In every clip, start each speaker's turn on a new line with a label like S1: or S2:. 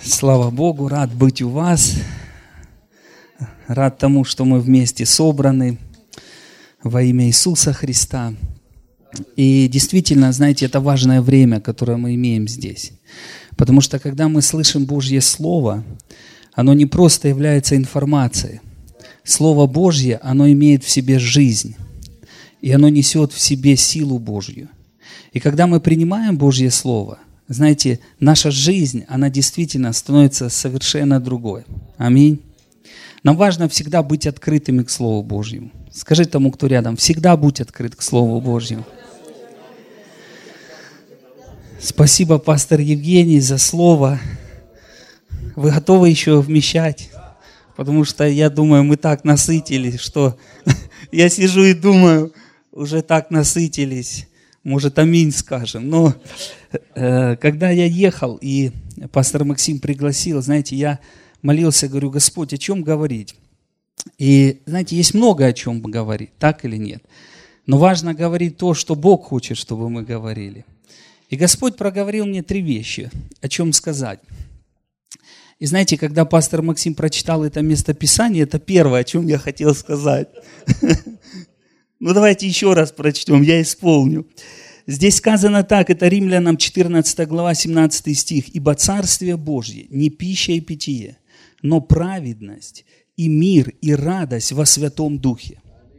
S1: Слава Богу, рад быть у вас, рад тому, что мы вместе собраны во имя Иисуса Христа. И действительно, знаете, это важное время, которое мы имеем здесь. Потому что когда мы слышим Божье Слово, оно не просто является информацией. Слово Божье, оно имеет в себе жизнь, и оно несет в себе силу Божью. И когда мы принимаем Божье Слово, знаете, наша жизнь, она действительно становится совершенно другой. Аминь. Нам важно всегда быть открытыми к Слову Божьему. Скажи тому, кто рядом, всегда будь открыт к Слову Божьему. Спасибо, пастор Евгений, за слово. Вы готовы еще вмещать? Потому что, я думаю, мы так насытились, что я сижу и думаю, уже так насытились. Может, аминь скажем. Но когда я ехал, и пастор Максим пригласил, знаете, я молился, говорю: Господь, о чем говорить? И, знаете, есть много о чем говорить, так или нет. Но важно говорить то, что Бог хочет, чтобы мы говорили. И Господь проговорил мне 3 вещи, о чем сказать. И знаете, когда пастор Максим прочитал это местописание, это первое, о чем я хотел сказать. Ну, давайте еще раз прочтем, я исполню. Здесь сказано так, это Римлянам 14 глава, 17 стих. «Ибо Царствие Божье не пища и питье, но праведность и мир и радость во Святом Духе».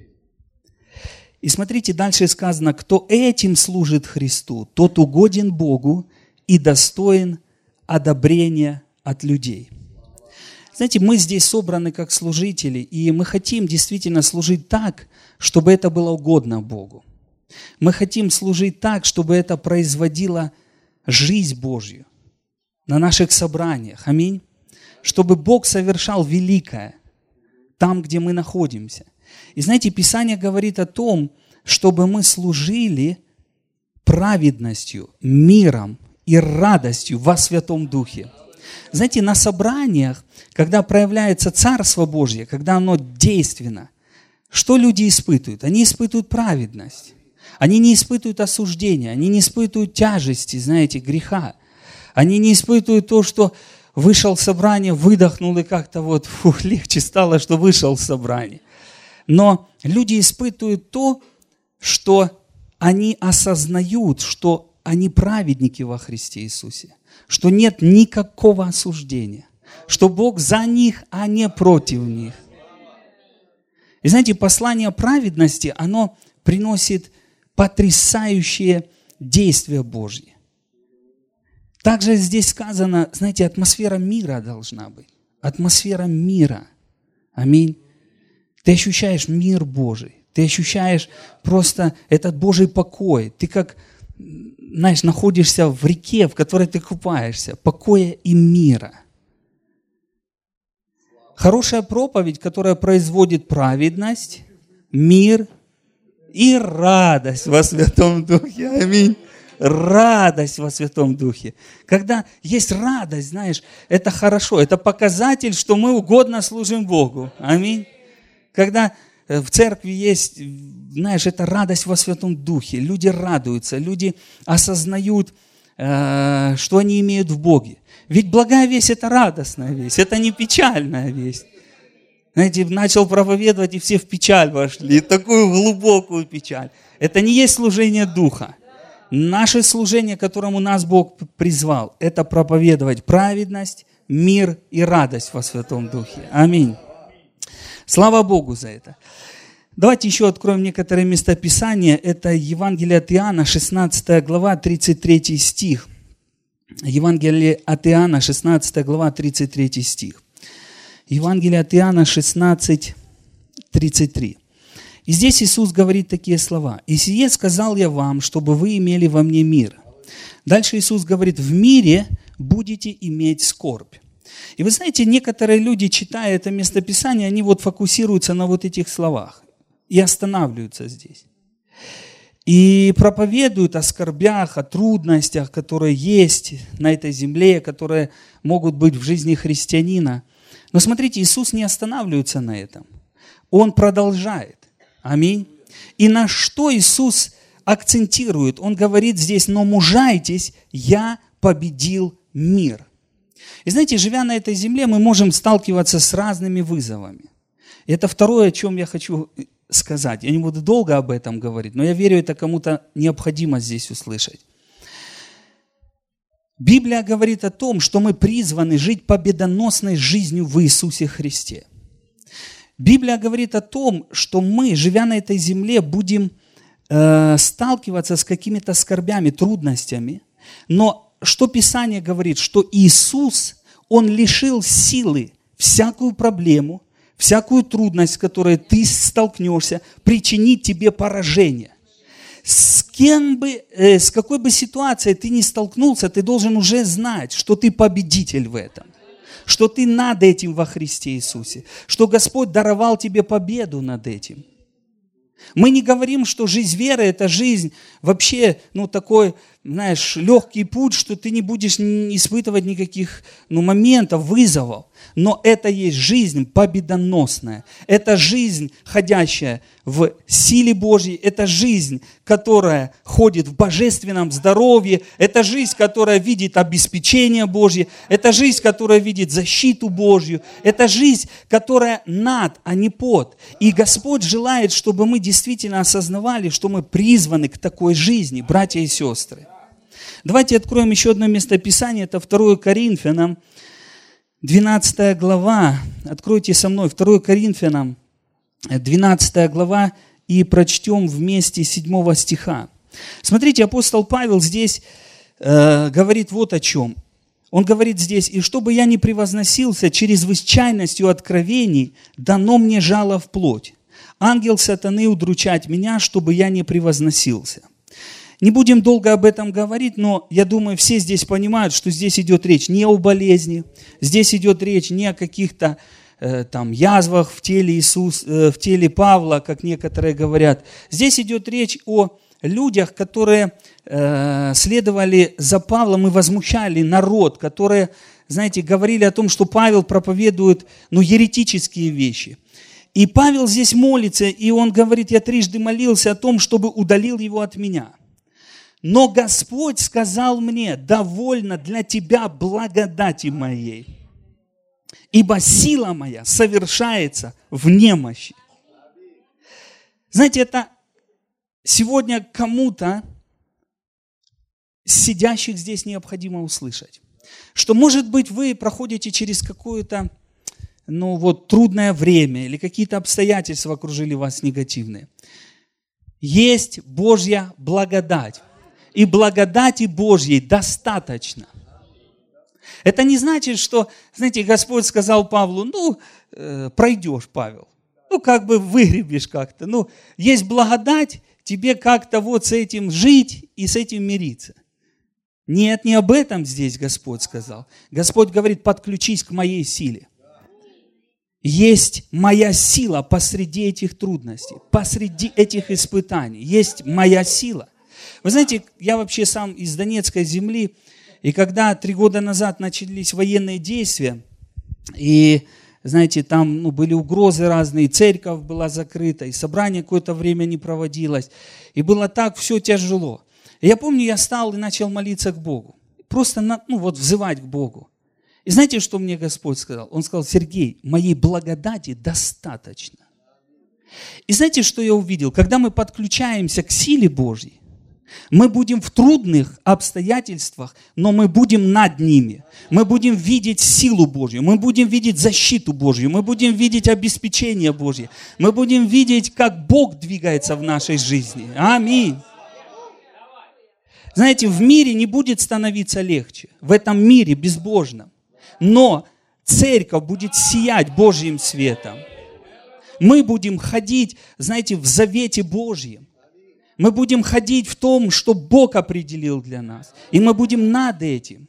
S1: И смотрите, дальше сказано: «Кто этим служит Христу, тот угоден Богу и достоин одобрения от людей». Знаете, мы здесь собраны как служители, и мы хотим действительно служить так, чтобы это было угодно Богу. Мы хотим служить так, чтобы это производило жизнь Божью на наших собраниях. Аминь. Чтобы Бог совершал великое там, где мы находимся. И знаете, Писание говорит о том, чтобы мы служили праведностью, миром и радостью во Святом Духе. Знаете, на собраниях, когда проявляется Царство Божье, когда оно действенно, что люди испытывают? Они испытывают праведность. Они не испытывают осуждения, они не испытывают тяжести, знаете, греха. Они не испытывают то, что вышел в собрание, выдохнул и как-то вот легче стало, что вышел в собрание. Но люди испытывают то, что они осознают, что они праведники во Христе Иисусе, что нет никакого осуждения, что Бог за них, а не против них. И знаете, послание праведности, оно приносит потрясающее действие Божье. Также здесь сказано, знаете, атмосфера мира должна быть. Атмосфера мира. Аминь. Ты ощущаешь мир Божий. Ты ощущаешь просто этот Божий покой. Ты как, знаешь, находишься в реке, в которой ты купаешься. Покоя и мира. Хорошая проповедь, которая производит праведность, мир и радость во Святом Духе. Аминь. Радость во Святом Духе. Когда есть радость, знаешь, это хорошо. Это показатель, что мы угодно служим Богу. Аминь. Когда в церкви есть, знаешь, это радость во Святом Духе. Люди радуются, люди осознают, что они имеют в Боге. Ведь благая весть – это радостная весть, это не печальная весть. Знаете, начал проповедовать, и все в печаль вошли, такую глубокую печаль. Это не есть служение Духа. Наше служение, к которому нас Бог призвал, это проповедовать праведность, мир и радость во Святом Духе. Аминь. Слава Богу за это. Давайте еще откроем некоторые местописания. Это Евангелие от Иоанна, 16 глава, 33 стих. Евангелие от Иоанна, 16 глава, 33 стих. Евангелие от Иоанна 16, 33. И здесь Иисус говорит такие слова. «И сие сказал я вам, чтобы вы имели во мне мир». Дальше Иисус говорит: «В мире будете иметь скорбь». И вы знаете, некоторые люди, читая это местописание, они вот фокусируются на вот этих словах и останавливаются здесь. И проповедуют о скорбях, о трудностях, которые есть на этой земле, которые могут быть в жизни христианина. Но смотрите, Иисус не останавливается на этом. Он продолжает. Аминь. И на что Иисус акцентирует? Он говорит здесь: «Но мужайтесь, я победил мир». И знаете, живя на этой земле, мы можем сталкиваться с разными вызовами. И это второе, о чем я хочу сказать. Я не буду долго об этом говорить, но я верю, это кому-то необходимо здесь услышать. Библия говорит о том, что мы призваны жить победоносной жизнью в Иисусе Христе. Библия говорит о том, что мы, живя на этой земле, будем сталкиваться с какими-то скорбями, трудностями. Но что Писание говорит? Что Иисус, Он лишил силы всякую проблему, всякую трудность, с которой ты столкнешься, причинить тебе поражение. С какой бы ситуацией ты ни столкнулся, ты должен уже знать, что ты победитель в этом, что ты над этим во Христе Иисусе, что Господь даровал тебе победу над этим. Мы не говорим, что жизнь веры – это жизнь вообще, такой, легкий путь, что ты не будешь испытывать никаких, моментов, вызовов. Но это есть жизнь победоносная. Это жизнь, ходящая в силе Божьей. Это жизнь, которая ходит в божественном здоровье. Это жизнь, которая видит обеспечение Божье. Это жизнь, которая видит защиту Божью. Это жизнь, которая над, а не под. И Господь желает, чтобы мы действительно осознавали, что мы призваны к такой жизни, братья и сестры. Давайте откроем еще одно местописание. Это 2 Коринфянам, 12 глава. Откройте со мной 2 Коринфянам, 12 глава, и прочтем вместе 7 стиха. Смотрите, апостол Павел здесь говорит вот о чем. Он говорит здесь: «И чтобы я не превозносился чрезвычайностью откровений, дано мне жало в плоть. Ангел сатаны удручать меня, чтобы я не превозносился». Не будем долго об этом говорить, но я думаю, все здесь понимают, что здесь идет речь не о болезни, здесь идет речь не о каких-то язвах в теле Павла, как некоторые говорят. Здесь идет речь о людях, которые следовали за Павлом и возмущали народ, которые, говорили о том, что Павел проповедует, еретические вещи. И Павел здесь молится, и он говорит: «Я трижды молился о том, чтобы удалил его от меня. Но Господь сказал мне: довольно для тебя благодати моей, ибо сила моя совершается в немощи». Знаете, это сегодня кому-то, сидящих здесь, необходимо услышать. Что, может быть, вы проходите через какое-то, трудное время, или какие-то обстоятельства окружили вас негативные. Есть Божья благодать. И благодати Божьей достаточно. Это не значит, что, Господь сказал Павлу: пройдешь, Павел, выгребешь как-то. Есть благодать, тебе как-то с этим жить и с этим мириться. Нет, не об этом здесь Господь сказал. Господь говорит: подключись к моей силе. Есть моя сила посреди этих трудностей, посреди этих испытаний. Есть моя сила. Вы знаете, я вообще сам из Донецкой земли, и когда 3 года назад начались военные действия, и, там были угрозы разные, церковь была закрыта, и собрание какое-то время не проводилось, и было так все тяжело. И я помню, я стал и начал молиться к Богу, просто взывать к Богу. И знаете, что мне Господь сказал? Он сказал: Сергей, моей благодати достаточно. И знаете, что я увидел? Когда мы подключаемся к силе Божьей, мы будем в трудных обстоятельствах, но мы будем над ними. Мы будем видеть силу Божью, мы будем видеть защиту Божью, мы будем видеть обеспечение Божье, мы будем видеть, как Бог двигается в нашей жизни. Аминь. Знаете, в мире не будет становиться легче, в этом мире безбожном, но церковь будет сиять Божьим светом. Мы будем ходить, в завете Божьем. Мы будем ходить в том, что Бог определил для нас. И мы будем над этим.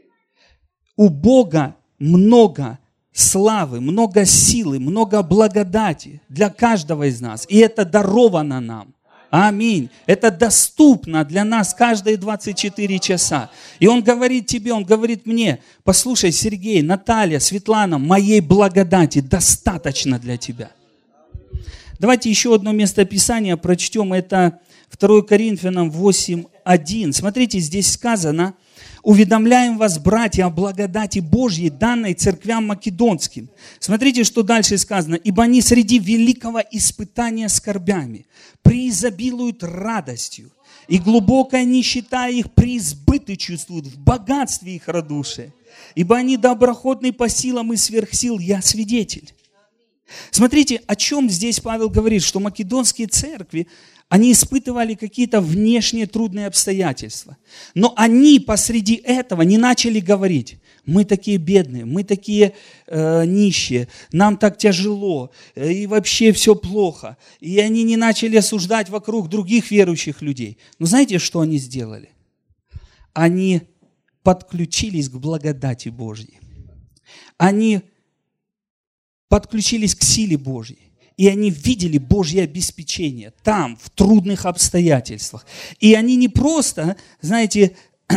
S1: У Бога много славы, много силы, много благодати для каждого из нас. И это даровано нам. Аминь. Это доступно для нас каждые 24 часа. И Он говорит тебе, Он говорит мне: послушай, Сергей, Наталья, Светлана, моей благодати достаточно для тебя. Давайте еще одно местописание прочтем. Это 2 Коринфянам 8:1. Смотрите, здесь сказано: уведомляем вас, братья, о благодати Божьей, данной церквям македонским. Смотрите, что дальше сказано. Ибо они среди великого испытания скорбями преизобилуют радостью, и глубокая нищета их преизбыточествует в богатстве их радушия. Ибо они доброходны по силам и сверх сил, я свидетель. Смотрите, о чем здесь Павел говорит, что македонские церкви, они испытывали какие-то внешние трудные обстоятельства. Но они посреди этого не начали говорить: мы такие бедные, мы такие нищие, нам так тяжело, и вообще все плохо. И они не начали осуждать вокруг других верующих людей. Но знаете, что они сделали? Они подключились к благодати Божьей. Они подключились к силе Божьей. И они видели Божье обеспечение там, в трудных обстоятельствах. И они не просто, знаете,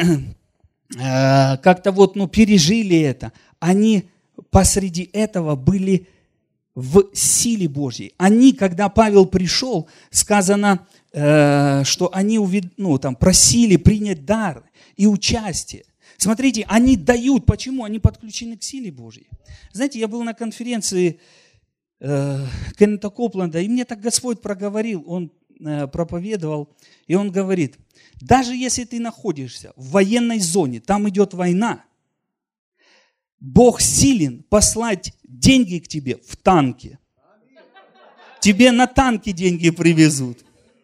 S1: как-то пережили это. Они посреди этого были в силе Божьей. Они, когда Павел пришел, сказано, что они просили принять дар и участие. Смотрите, они дают. Почему? Они подключены к силе Божьей. Знаете, я был на конференции Кеннета Копланда, и мне так Господь проговорил, Он проповедовал, и Он говорит: даже если ты находишься в военной зоне, там идет война, Бог силен послать деньги к тебе в танке. Тебе на танке деньги привезут.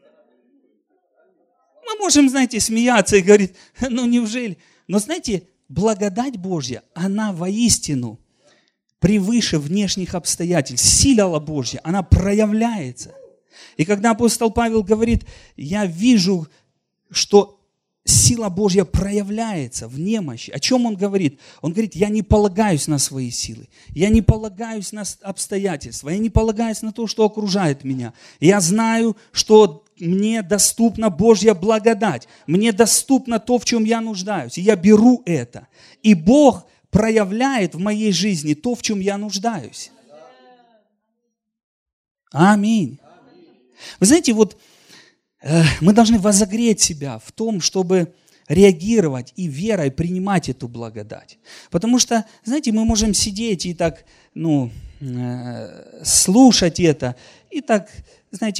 S1: Мы можем, знаете, смеяться и говорить: ну неужели? Но знаете, благодать Божья, она воистину превыше внешних обстоятельств. Сила Божья, она проявляется. И когда апостол Павел говорит: я вижу, что сила Божья проявляется в немощи. О чем он говорит? Он говорит: я не полагаюсь на свои силы, я не полагаюсь на обстоятельства, я не полагаюсь на то, что окружает меня. Я знаю, что мне доступна Божья благодать, мне доступно то, в чем я нуждаюсь. И я беру это. И Бог проявляет в моей жизни то, в чем я нуждаюсь. Аминь. Вы знаете, мы должны возогреть себя в том, чтобы реагировать и верой принимать эту благодать. Потому что, знаете, мы можем сидеть и так, слушать это, и так, знаете,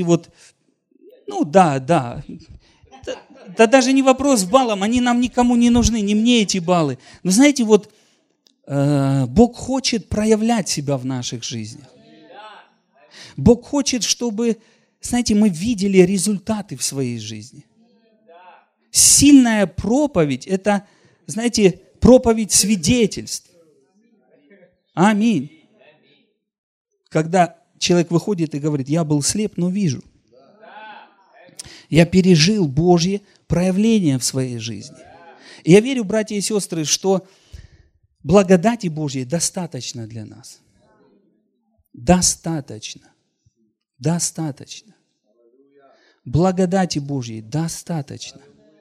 S1: да, даже не вопрос баллам, они нам никому не нужны, не мне эти баллы. Но знаете, Бог хочет проявлять себя в наших жизнях. Бог хочет, чтобы, знаете, мы видели результаты в своей жизни. Сильная проповедь – это, знаете, проповедь свидетельств. Аминь. Когда человек выходит и говорит: я был слеп, но вижу. Я пережил Божье проявление в своей жизни. И я верю, братья и сестры, что благодати Божьей достаточно для нас. Достаточно. Достаточно. Благодати Божьей достаточно.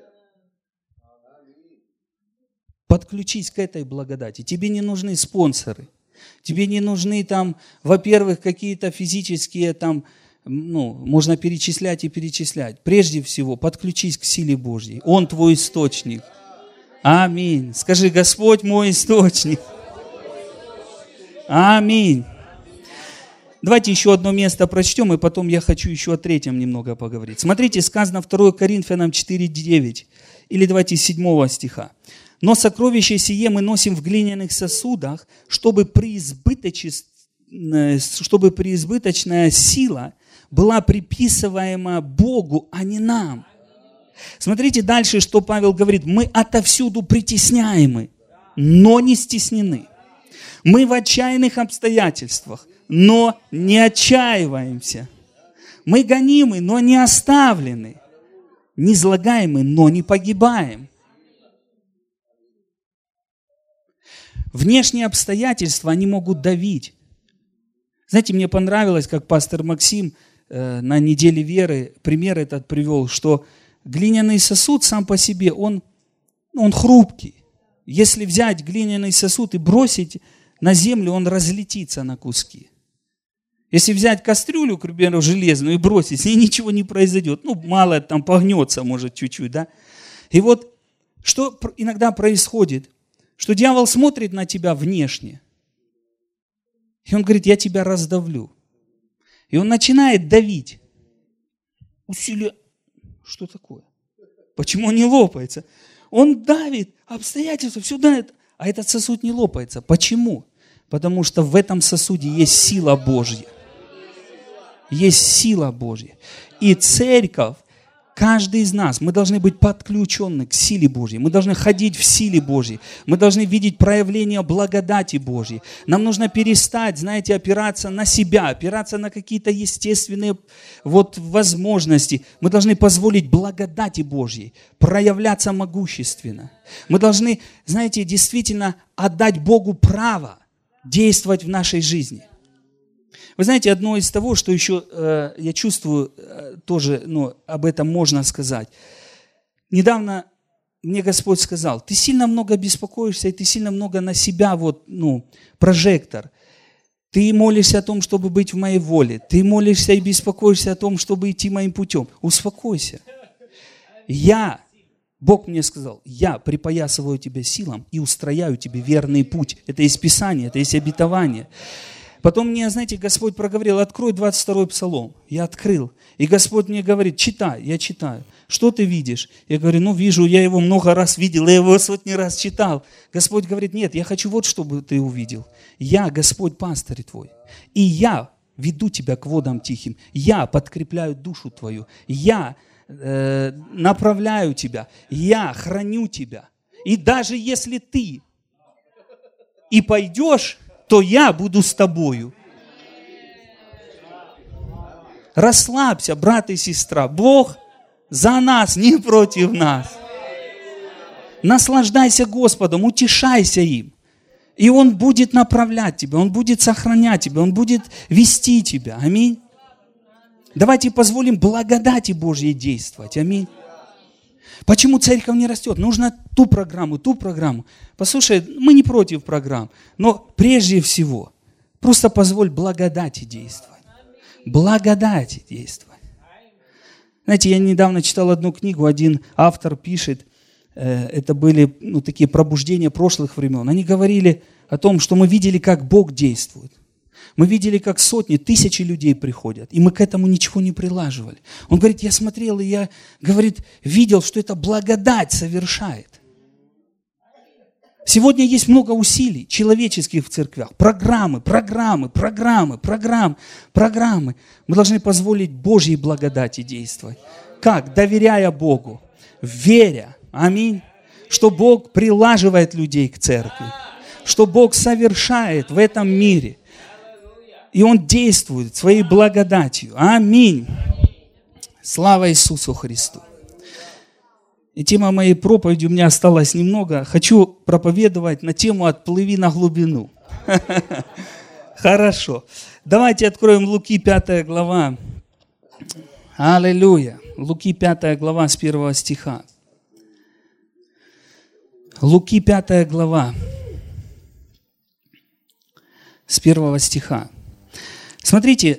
S1: Подключись к этой благодати. Тебе не нужны спонсоры. Тебе не нужны во-первых, какие-то физические можно перечислять и перечислять. Прежде всего, подключись к силе Божьей. Он твой источник. Аминь. Скажи: Господь мой источник. Аминь. Давайте еще одно место прочтем, и потом я хочу еще о третьем немного поговорить. Смотрите, сказано 2 Коринфянам 4:9, или давайте 7 стиха. «Но сокровище сие мы носим в глиняных сосудах, чтобы преизбыточная сила была приписываема Богу, а не нам». Смотрите дальше, что Павел говорит. Мы отовсюду притесняемы, но не стеснены. Мы в отчаянных обстоятельствах, но не отчаиваемся. Мы гонимы, но не оставлены. Низлагаемы, но не погибаем. Внешние обстоятельства, они могут давить. Знаете, мне понравилось, как пастор Максим на неделе веры пример этот привел, что глиняный сосуд сам по себе, он хрупкий. Если взять глиняный сосуд и бросить на землю, он разлетится на куски. Если взять кастрюлю, к примеру, железную и бросить, с ней ничего не произойдет. Мало там погнется, может, чуть-чуть, да? И Что иногда происходит? Что дьявол смотрит на тебя внешне, и он говорит, я тебя раздавлю. И он начинает давить. Усилие. Что такое? Почему он не лопается? Он давит, обстоятельства, все давит, а этот сосуд не лопается. Почему? Потому что в этом сосуде есть сила Божья. Есть сила Божья. И церковь, каждый из нас, мы должны быть подключены к силе Божьей. Мы должны ходить в силе Божьей. Мы должны видеть проявление благодати Божьей. Нам нужно перестать, знаете, опираться на себя, опираться на какие-то естественные возможности. Мы должны позволить благодати Божьей проявляться могущественно. Мы должны, знаете, действительно отдать Богу право действовать в нашей жизни. Вы знаете, одно из того, что еще я чувствую, тоже об этом можно сказать. Недавно мне Господь сказал, ты сильно много беспокоишься, и ты сильно много на себя, прожектор. Ты молишься о том, чтобы быть в моей воле. Ты молишься и беспокоишься о том, чтобы идти моим путем. Успокойся. Бог мне сказал, я припоясываю тебя силам и устрояю тебе верный путь. Это из Писания, это из обетования. Потом мне, знаете, Господь проговорил, открой 22-й псалом. Я открыл. И Господь мне говорит, читай. Я читаю. Что ты видишь? Я говорю, вижу, я его много раз видел, я его сотни раз читал. Господь говорит, нет, я хочу чтобы ты увидел. Я, Господь, пастырь твой. И я веду тебя к водам тихим. Я подкрепляю душу твою. Я направляю тебя. Я храню тебя. И даже если ты и пойдешь, то я буду с тобою. Расслабься, брат и сестра. Бог за нас, не против нас. Наслаждайся Господом, утешайся им. И Он будет направлять тебя, Он будет сохранять тебя, Он будет вести тебя. Аминь. Давайте позволим благодати Божьей действовать. Аминь. Почему церковь не растет? Нужно ту программу. Послушай, мы не против программ, но прежде всего просто позволь благодати действовать. Благодати действовать. Знаете, я недавно читал одну книгу, один автор пишет, это были такие пробуждения прошлых времен. Они говорили о том, что мы видели, как Бог действует. Мы видели, как сотни, тысячи людей приходят, и мы к этому ничего не прилаживали. Он говорит, я смотрел, и я, видел, что это благодать совершает. Сегодня есть много усилий человеческих в церквях, программы. Мы должны позволить Божьей благодати действовать. Как? Доверяя Богу, веря, аминь, что Бог прилаживает людей к церкви, что Бог совершает в этом мире. И Он действует своей благодатью. Аминь. Слава Иисусу Христу. И тема моей проповеди, у меня осталось немного. Хочу проповедовать на тему «Отплыви на глубину». Хорошо. Давайте откроем Луки 5 глава. Аллилуйя. Луки 5 глава с 1 стиха. Луки 5 глава с 1 стиха. Смотрите,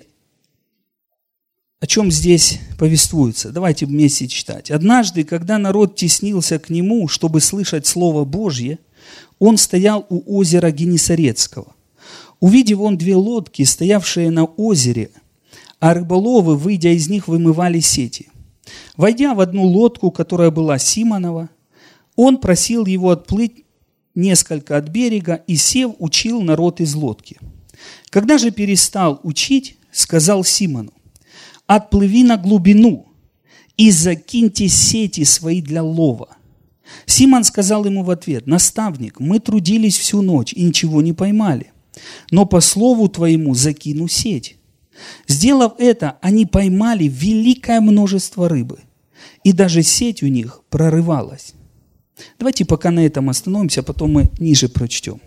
S1: о чем здесь повествуется. Давайте вместе читать. «Однажды, когда народ теснился к нему, чтобы слышать Слово Божье, он стоял у озера Генесарецкого. Увидев он 2 лодки, стоявшие на озере, а рыболовы, выйдя из них, вымывали сети. Войдя в одну лодку, которая была Симонова, он просил его отплыть несколько от берега и, сев, учил народ из лодки. Когда же перестал учить, сказал Симону: «Отплыви на глубину и закиньте сети свои для лова». Симон сказал ему в ответ: «Наставник, мы трудились всю ночь и ничего не поймали, но по слову твоему закину сеть». Сделав это, они поймали великое множество рыбы, и даже сеть у них прорывалась. Давайте пока на этом остановимся, а потом мы ниже прочтем.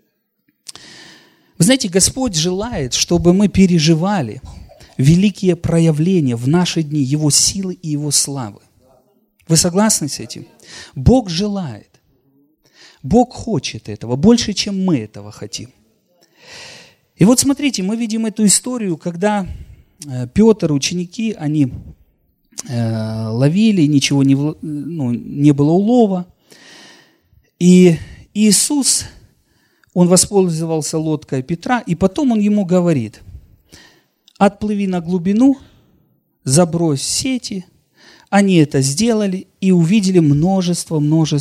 S1: Вы знаете, Господь желает, чтобы мы переживали великие проявления в наши дни Его силы и Его славы. Вы согласны с этим? Бог желает. Бог хочет этого больше, чем мы этого хотим. И вот смотрите, мы видим эту историю, когда Петр, ученики, они ловили, ничего не было улова. И Иисус, Он воспользовался лодкой Петра, и потом Он ему говорит: отплыви на глубину, забрось сети. Они это сделали и увидели множество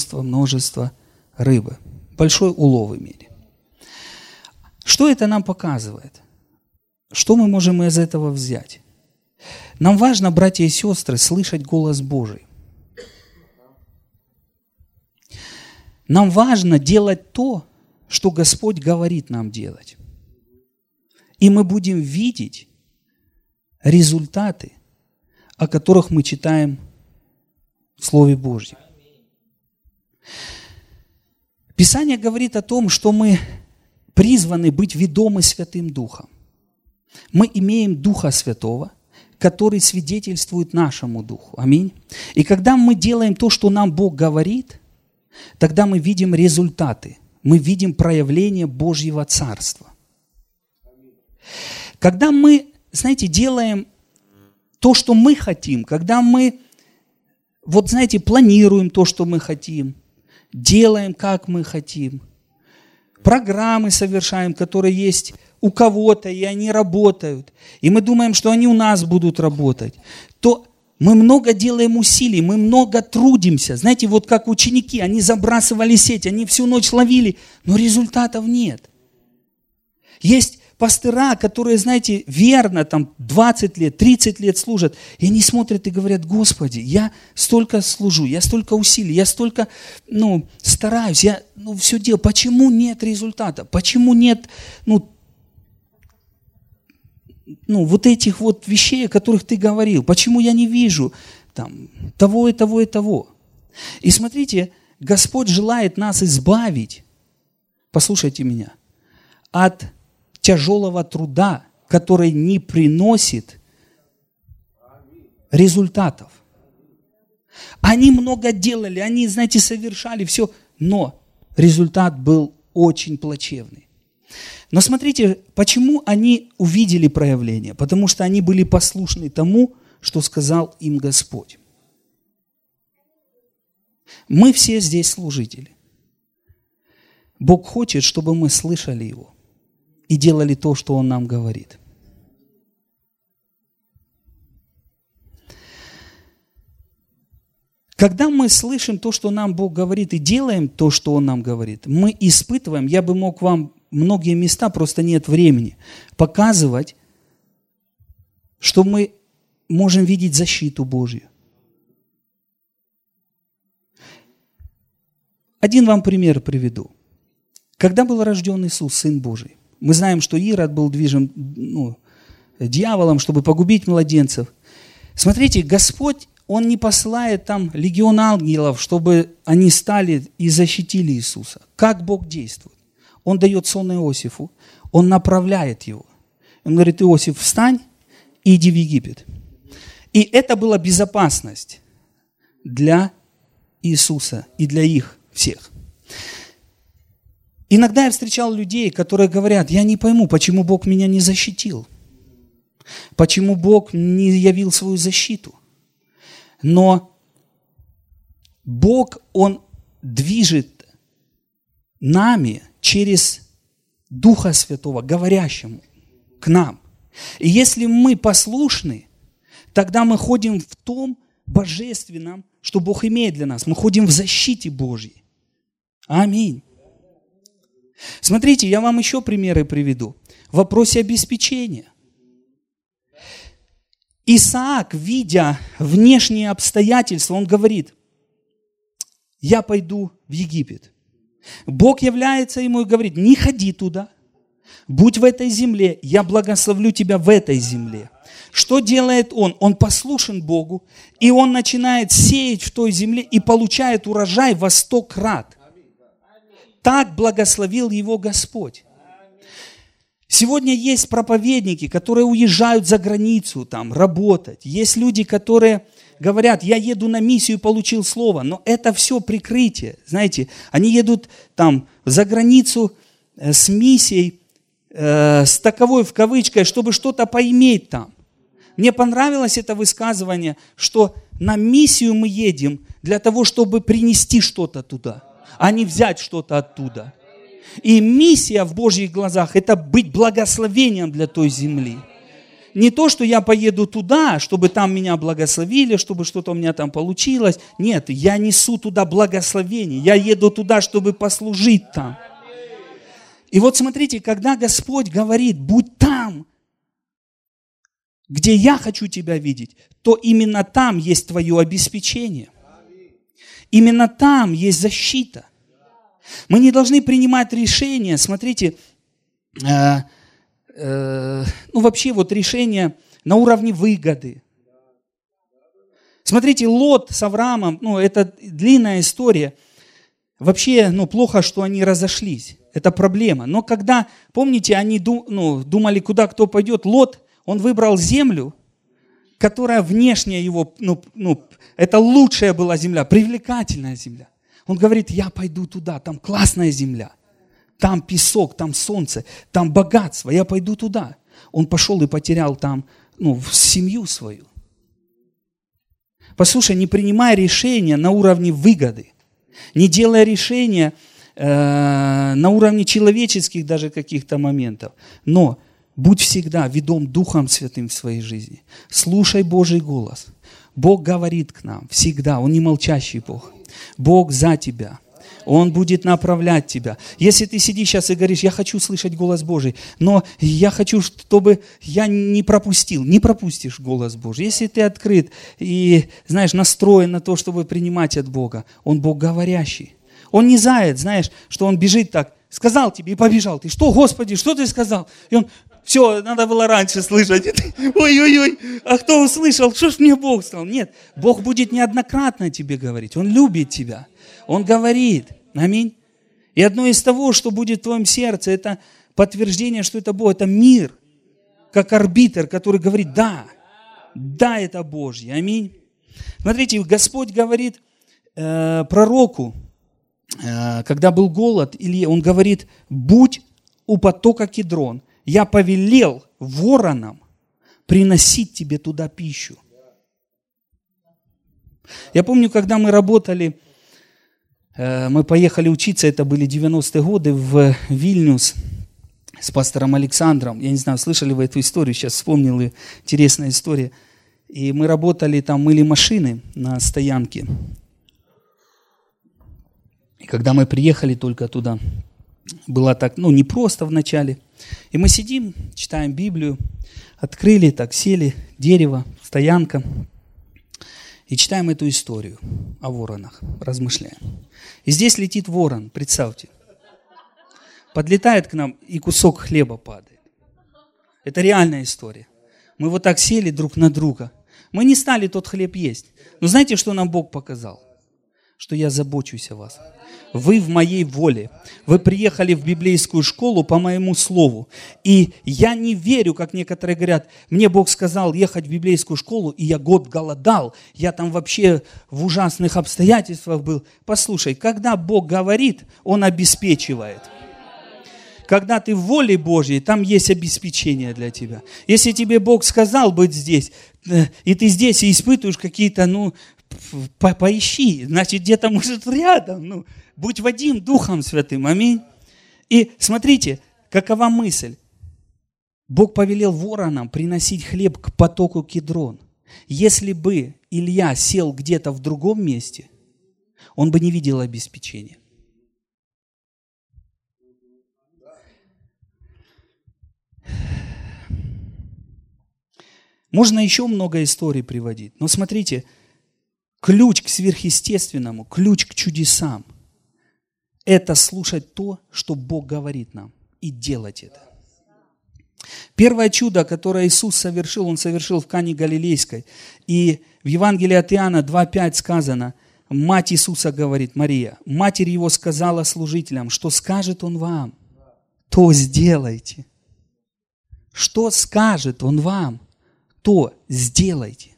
S1: рыбы. Большой улов имели. Что это нам показывает? Что мы можем из этого взять? Нам важно, братья и сестры, слышать голос Божий. Нам важно делать то, что Господь говорит нам делать. И мы будем видеть результаты, о которых мы читаем в Слове Божьем. Писание говорит о том, что мы призваны быть ведомы Святым Духом. Мы имеем Духа Святого, который свидетельствует нашему Духу. Аминь. И когда мы делаем то, что нам Бог говорит, тогда мы видим результаты, мы видим проявление Божьего Царства. Когда мы, знаете, делаем то, что мы хотим, когда мы, планируем то, что мы хотим, делаем, как мы хотим, программы совершаем, которые есть у кого-то, и они работают, и мы думаем, что они у нас будут работать, то мы много делаем усилий, мы много трудимся. Знаете, вот как ученики, они забрасывали сеть, они всю ночь ловили, но результатов нет. Есть пастыра, которые, знаете, верно, там 20 лет, 30 лет служат, и они смотрят и говорят: Господи, я столько служу, я столько усилий, я столько, стараюсь, я все делаю, почему нет результата, почему нет, вот этих вот вещей, о которых ты говорил, почему я не вижу там того и того и того. И смотрите, Господь желает нас избавить, послушайте меня, от тяжелого труда, который не приносит результатов. Они много делали, они, знаете, совершали все, но результат был очень плачевный. Но смотрите, почему они увидели проявление? Потому что они были послушны тому, что сказал им Господь. Мы все здесь служители. Бог хочет, чтобы мы слышали Его и делали то, что Он нам говорит. Когда мы слышим то, что нам Бог говорит, и делаем то, что Он нам говорит, мы испытываем, я бы мог вам многие места, просто нет времени, показывать, что мы можем видеть защиту Божью. Один вам пример приведу. Когда был рожден Иисус, Сын Божий, мы знаем, что Ирод был движим дьяволом, чтобы погубить младенцев. Смотрите, Господь, Он не посылает там легион ангелов, чтобы они стали и защитили Иисуса. Как Бог действует? Он дает сон Иосифу, Он направляет его. Он говорит: Иосиф, встань и иди в Египет. И это была безопасность для Иисуса и для их всех. Иногда я встречал людей, которые говорят: я не пойму, почему Бог меня не защитил, почему Бог не явил свою защиту. Но Бог, Он движет нами через Духа Святого, говорящему к нам. И если мы послушны, тогда мы ходим в том божественном, что Бог имеет для нас. Мы ходим в защите Божьей. Аминь. Смотрите, я вам еще примеры приведу. В вопросе обеспечения. Исаак, видя внешние обстоятельства, он говорит: я пойду в Египет. Бог является ему и говорит: не ходи туда, будь в этой земле, я благословлю тебя в этой земле. Что делает он? Он послушен Богу, и он начинает сеять в той земле и получает урожай во 100 крат. Так благословил его Господь. Сегодня есть проповедники, которые уезжают за границу там работать. Есть люди, которые говорят: я еду на миссию и получил слово. Но это все прикрытие. Знаете, они едут там за границу с миссией, с таковой в кавычках, чтобы что-то поиметь там. Мне понравилось это высказывание, что на миссию мы едем для того, чтобы принести что-то туда. а не взять что-то оттуда. И миссия в Божьих глазах – это быть благословением для той земли. Не то, что я поеду туда, чтобы там меня благословили, чтобы что-то у меня там получилось. Нет, я несу туда благословение. Я еду туда, чтобы послужить там. И вот смотрите, когда Господь говорит, будь там, где я хочу тебя видеть, то именно там есть твое обеспечение. Именно там есть защита. Мы не должны принимать решения, смотрите, вообще вот решения на уровне выгоды. Смотрите, Лот с Авраамом, это длинная история. Вообще, плохо, что они разошлись. Это проблема. Но когда, помните, они думали, куда кто пойдет, Лот, он выбрал землю, которая внешняя его, это лучшая была земля, привлекательная земля. Он говорит, я пойду туда, там классная земля, там песок, там солнце, там богатство, я пойду туда. Он пошел и потерял там, семью свою. Послушай, не принимай решения на уровне выгоды, не делая решения на уровне человеческих даже каких-то моментов, но будь всегда ведом Духом Святым в своей жизни. Слушай Божий голос. Бог говорит к нам всегда, Он не молчащий Бог. Бог за тебя. Он будет направлять тебя. Если ты сидишь сейчас и говоришь, я хочу слышать голос Божий, но я хочу, чтобы я не пропустил. Не пропустишь голос Божий. Если ты открыт и, настроен на то, чтобы принимать от Бога, Он Бог говорящий. Он не заяц, что Он бежит так, сказал тебе и побежал. Ты что, Господи, что ты сказал? И Он, все, надо было раньше слышать. Ой-ой-ой, а кто услышал? Что ж мне Бог сказал? Нет, Бог будет неоднократно тебе говорить. Он любит тебя. Он говорит. Аминь. И одно из того, что будет в твоем сердце, это подтверждение, что это Бог, это мир, как арбитр, который говорит, да, это Божье. Аминь. Смотрите, Господь говорит пророку, когда был голод, Илье, он говорит, будь у потока Кидрон. Я повелел воронам приносить тебе туда пищу. Я помню, когда мы работали, мы поехали учиться, это были 90-е годы, в Вильнюс с пастором Александром. Я не знаю, слышали вы эту историю, сейчас вспомнил, и интересная история. И мы работали там, мыли машины на стоянке. И когда мы приехали только туда, было так, непросто вначале. И мы сидим, читаем Библию, открыли, так сели, дерево, стоянка. И читаем эту историю о воронах, размышляем. И здесь летит ворон, представьте. Подлетает к нам, и кусок хлеба падает. Это реальная история. Мы вот так сели друг на друга. Мы не стали тот хлеб есть. Но знаете, что нам Бог показал? Что я забочусь о вас. Вы в моей воле. Вы приехали в библейскую школу по моему слову. И я не верю, как некоторые говорят, мне Бог сказал ехать в библейскую школу, и я год голодал. Я там вообще в ужасных обстоятельствах был. Послушай, когда Бог говорит, Он обеспечивает. Когда ты в воле Божьей, там есть обеспечение для тебя. Если тебе Бог сказал быть здесь, и ты здесь и испытываешь какие-то, поищи, значит, где-то, может, рядом. Будь водим Духом Святым, аминь. И смотрите, какова мысль. Бог повелел воронам приносить хлеб к потоку Кидрон. Если бы Илья сел где-то в другом месте, он бы не видел обеспечения. Можно еще много историй приводить, но смотрите, ключ к сверхъестественному, ключ к чудесам – это слушать то, что Бог говорит нам, и делать это. Первое чудо, которое Иисус совершил, Он совершил в Кане Галилейской. И в Евангелии от Иоанна 2:5 сказано, мать Иисуса говорит, Мария, матерь Его сказала служителям, что скажет Он вам, то сделайте. Что скажет Он вам, то сделайте.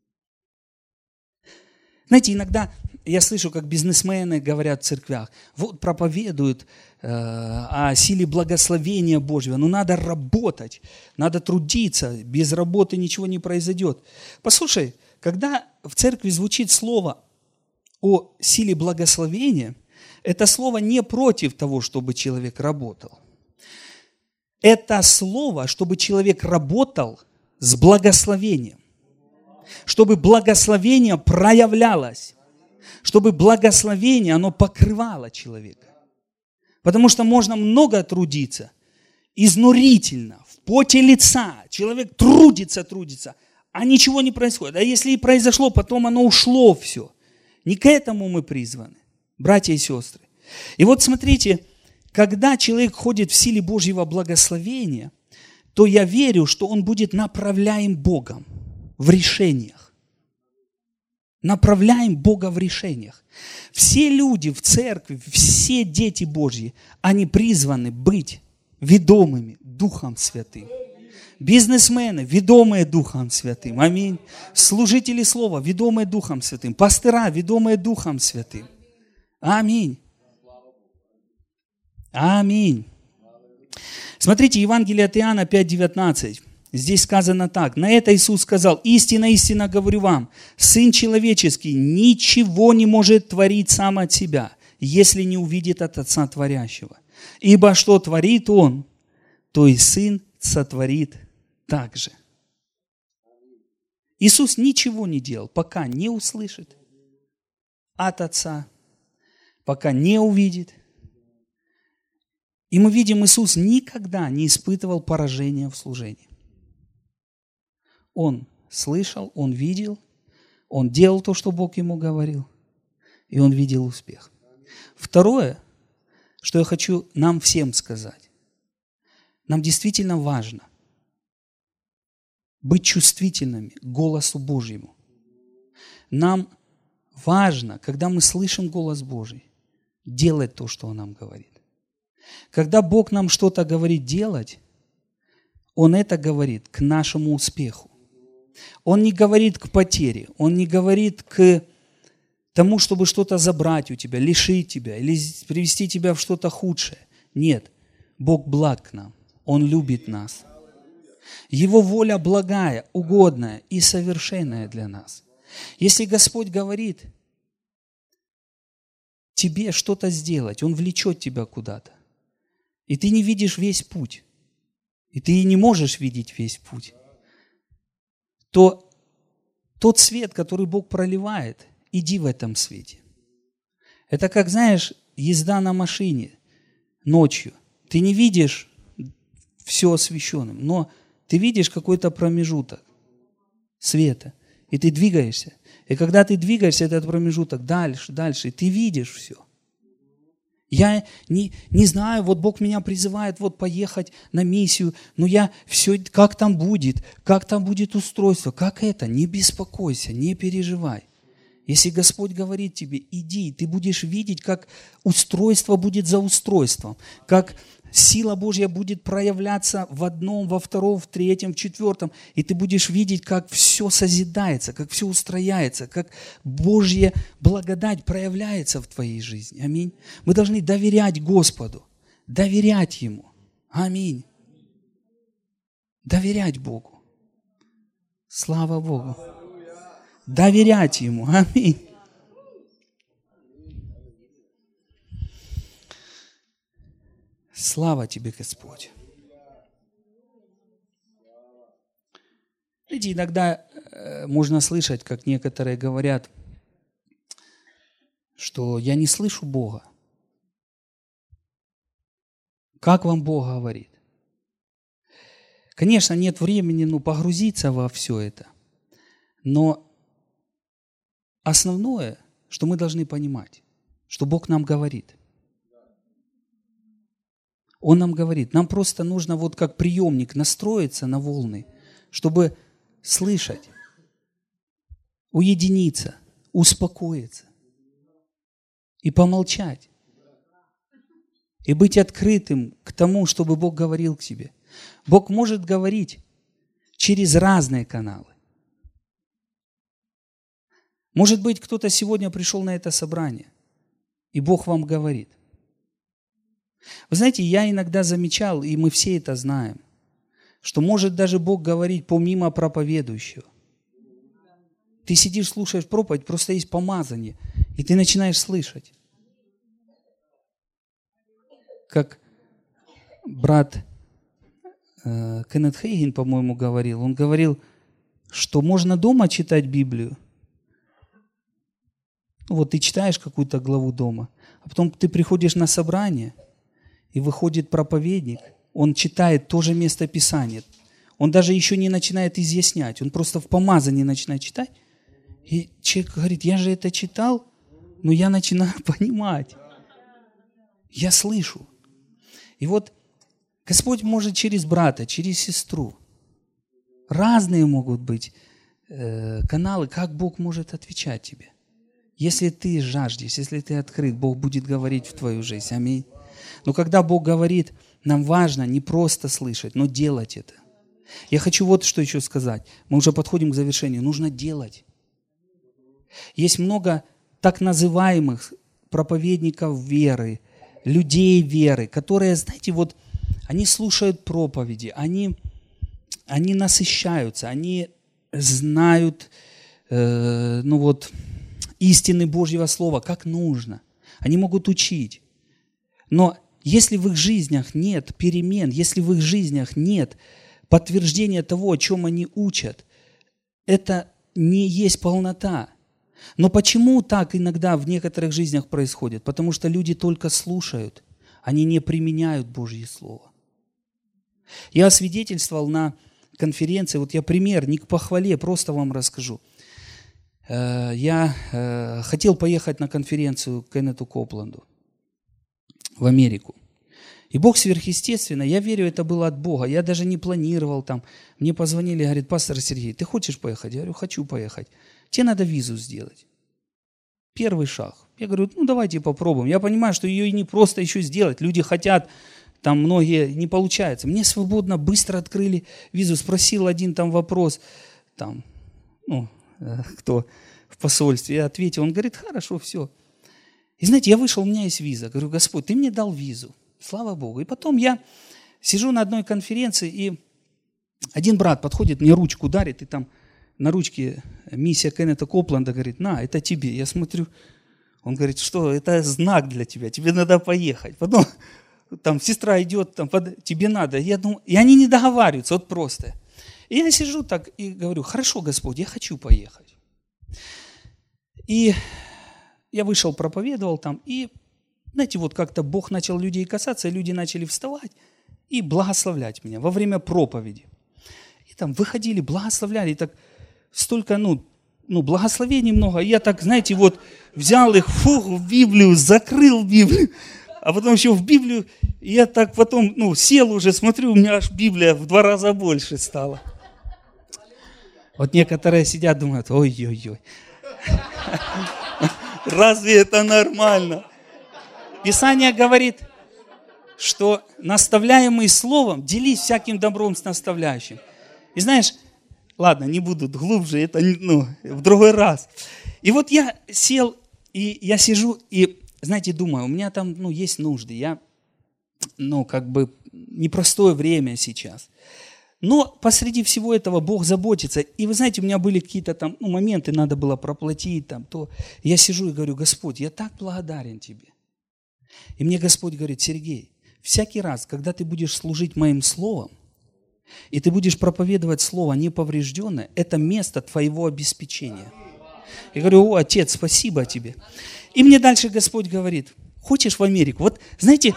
S1: Знаете, иногда я слышу, как бизнесмены говорят в церквях, вот проповедуют о силе благословения Божьего, но надо работать, надо трудиться, без работы ничего не произойдет. Послушай, когда в церкви звучит слово о силе благословения, это слово не против того, чтобы человек работал. Это слово, чтобы человек работал с благословением. Чтобы благословение проявлялось. Чтобы благословение, оно покрывало человека. Потому что можно много трудиться, изнурительно, в поте лица. Человек трудится, а ничего не происходит. А если и произошло, потом оно ушло все. Не к этому мы призваны, братья и сестры. И вот смотрите, когда человек ходит в силе Божьего благословения, то я верю, что он будет направляем Богом в решениях. Направляем Бога в решениях. Все люди в церкви, все дети Божьи, они призваны быть ведомыми Духом Святым. Бизнесмены, ведомые Духом Святым. Аминь. Служители Слова, ведомые Духом Святым. Пастыра, ведомые Духом Святым. Аминь. Аминь. Смотрите, Евангелие от Иоанна 5:19. Здесь сказано так. На это Иисус сказал: «Истинно, истинно говорю вам, Сын Человеческий ничего не может творить сам от себя, если не увидит от Отца Творящего. Ибо что творит Он, то и Сын сотворит так же». Иисус ничего не делал, пока не услышит от Отца, пока не увидит. И мы видим, Иисус никогда не испытывал поражения в служении. Он слышал, он видел, он делал то, что Бог ему говорил, и он видел успех. Второе, что я хочу нам всем сказать. Нам действительно важно быть чувствительными к голосу Божьему. Нам важно, когда мы слышим голос Божий, делать то, что Он нам говорит. Когда Бог нам что-то говорит делать, Он это говорит к нашему успеху. Он не говорит к потере, Он не говорит к тому, чтобы что-то забрать у тебя, лишить тебя или привести тебя в что-то худшее. Нет, Бог благ к нам, Он любит нас. Его воля благая, угодная и совершенная для нас. Если Господь говорит тебе что-то сделать, Он влечет тебя куда-то, и ты не видишь весь путь, и ты не можешь видеть весь путь, то тот свет, который Бог проливает, иди в этом свете. Это как, знаешь, езда на машине ночью. Ты не видишь все освещенным, но ты видишь какой-то промежуток света, и ты двигаешься. И когда ты двигаешься, этот промежуток дальше, и ты видишь все. Я не знаю, вот Бог меня призывает вот поехать на миссию, но я все, как там будет устройство, как это, не беспокойся, не переживай. Если Господь говорит тебе, иди, ты будешь видеть, как устройство будет за устройством, как сила Божья будет проявляться в одном, во втором, в третьем, в четвертом, и ты будешь видеть, как все созидается, как все устрояется, как Божья благодать проявляется в твоей жизни. Аминь. Мы должны доверять Господу, доверять Ему. Аминь. Доверять Богу. Слава Богу. Доверять Ему. Аминь. Слава Тебе, Господь. Видите, иногда можно слышать, как некоторые говорят, что я не слышу Бога. Как вам Бог говорит? Конечно, нет времени погрузиться во все это, но основное, что мы должны понимать, что Бог нам говорит. Он нам говорит, нам просто нужно вот как приемник настроиться на волны, чтобы слышать, уединиться, успокоиться и помолчать, и быть открытым к тому, чтобы Бог говорил к тебе. Бог может говорить через разные каналы. Может быть, кто-то сегодня пришел на это собрание, и Бог вам говорит. Вы знаете, я иногда замечал, и мы все это знаем, что может даже Бог говорить помимо проповедующего. Ты сидишь, слушаешь проповедь, просто есть помазание, и ты начинаешь слышать. как брат Кеннет Хейген, по-моему, говорил. Он говорил, что можно дома читать Библию. Вот ты читаешь какую-то главу дома, а потом ты приходишь на собрание, и выходит проповедник, он читает то же место Писания. Он даже еще не начинает изъяснять, он просто в помазании начинает читать. И человек говорит, я же это читал, но я начинаю понимать. Я слышу. И вот Господь может через брата, через сестру. Разные могут быть каналы, как Бог может отвечать тебе. Если ты жаждешь, если ты открыт, Бог будет говорить в твою жизнь. Аминь. Но когда Бог говорит, нам важно не просто слышать, но делать это. Я хочу вот что еще сказать. Мы уже подходим к завершению. Нужно делать. Есть много так называемых проповедников веры, людей веры, которые, знаете, вот они слушают проповеди, они насыщаются, они знают, истины Божьего Слова, как нужно. Они могут учить. Но если в их жизнях нет перемен, если в их жизнях нет подтверждения того, о чем они учат, это не есть полнота. Но почему так иногда в некоторых жизнях происходит? Потому что люди только слушают, они не применяют Божье Слово. Я свидетельствовал на конференции, вот я пример, не к похвале, просто вам расскажу. Я хотел поехать на конференцию к Кеннету Копланду в Америку. И Бог сверхъестественно, я верю, это было от Бога. Я даже не планировал там. Мне позвонили, говорит, пастор Сергей, ты хочешь поехать? Я говорю, хочу поехать. Тебе надо визу сделать. Первый шаг. Я говорю, давайте попробуем. Я понимаю, что ее и не просто еще сделать. Люди хотят, там многие не получается. Мне свободно, быстро открыли визу. Спросил один там вопрос, там, кто в посольстве. Я ответил, он говорит, хорошо, все. И знаете, я вышел, у меня есть виза. Говорю, Господь, ты мне дал визу. Слава Богу. И потом я сижу на одной конференции, и один брат подходит, мне ручку дарит, и там на ручке миссия Кеннета Копланда, говорит, на, это тебе. Я смотрю, он говорит, что это знак для тебя, тебе надо поехать. Потом там сестра идет, там, тебе надо. Я думаю, и они не договариваются, вот просто. И я сижу так и говорю, хорошо, Господь, я хочу поехать. И я вышел, проповедовал там, и, знаете, вот как-то Бог начал людей касаться, и люди начали вставать и благословлять меня во время проповеди. И там выходили, благословляли, и так столько, благословений много. И я так, знаете, вот взял их, в Библию, закрыл Библию, а потом еще в Библию, и я так потом, сел уже, смотрю, у меня аж Библия в 2 раза больше стала. Вот некоторые сидят, думают, ой-ой-ой. Разве это нормально? Писание говорит, что наставляемый словом, делись всяким добром с наставляющим. И знаешь, ладно, не буду глубже, это в другой раз. И вот я сел, и я сижу, и, знаете, думаю, у меня там, есть нужды, я, непростое время сейчас. Но посреди всего этого Бог заботится. И вы знаете, у меня были какие-то там моменты, надо было проплатить, то. Я сижу и говорю, Господь, я так благодарен Тебе. И мне Господь говорит, Сергей, всякий раз, когда ты будешь служить моим словом, и ты будешь проповедовать слово неповрежденное, это место твоего обеспечения. Я говорю, Отец, спасибо тебе. И мне дальше Господь говорит, хочешь в Америку? Вот, знаете,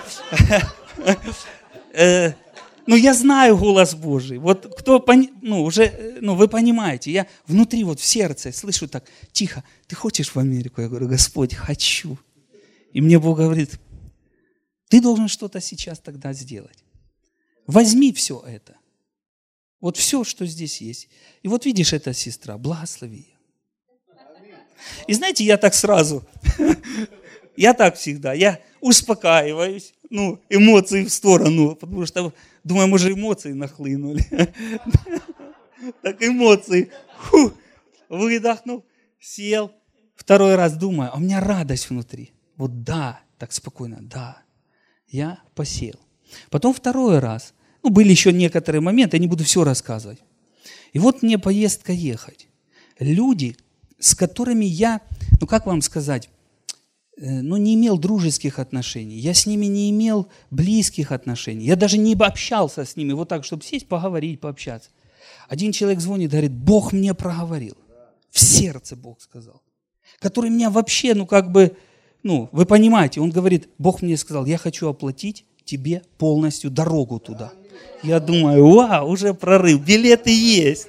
S1: я знаю голос Божий. Вот кто, вы понимаете, я внутри в сердце слышу так, тихо, ты хочешь в Америку? Я говорю, Господь, хочу. И мне Бог говорит, ты должен что-то сейчас тогда сделать. Возьми все это. Вот все, что здесь есть. И вот видишь, эта сестра, благослови ее. И знаете, я так сразу, я так всегда, я успокаиваюсь, эмоции в сторону, потому что, думаю, может, эмоции нахлынули. Так эмоции, выдохнул, сел, второй раз думаю, а у меня радость внутри. Вот да, так спокойно, да, я посел. Потом второй раз, были еще некоторые моменты, я не буду все рассказывать. И вот мне поездка ехать. Люди, с которыми я, как вам сказать, не имел дружеских отношений, я с ними не имел близких отношений, я даже не общался с ними вот так, чтобы сесть, поговорить, пообщаться. Один человек звонит, говорит, Бог мне проговорил, в сердце Бог сказал, который меня вообще, вы понимаете, он говорит, Бог мне сказал, я хочу оплатить тебе полностью дорогу туда. Я думаю, вау, уже прорыв, билеты есть.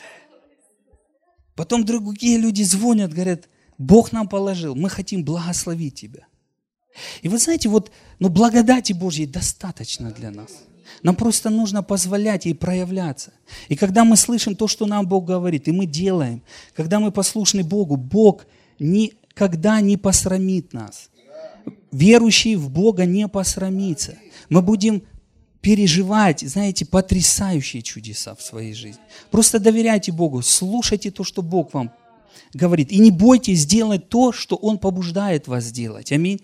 S1: Потом другие люди звонят, говорят, Бог нам положил, мы хотим благословить тебя. И вы знаете, благодати Божьей достаточно для нас. Нам просто нужно позволять ей проявляться. И когда мы слышим то, что нам Бог говорит, и мы делаем, когда мы послушны Богу, Бог никогда не посрамит нас. Верующий в Бога не посрамится. Мы будем переживать, знаете, потрясающие чудеса в своей жизни. Просто доверяйте Богу, слушайте то, что Бог вам говорит. И не бойтесь сделать то, что Он побуждает вас делать. Аминь.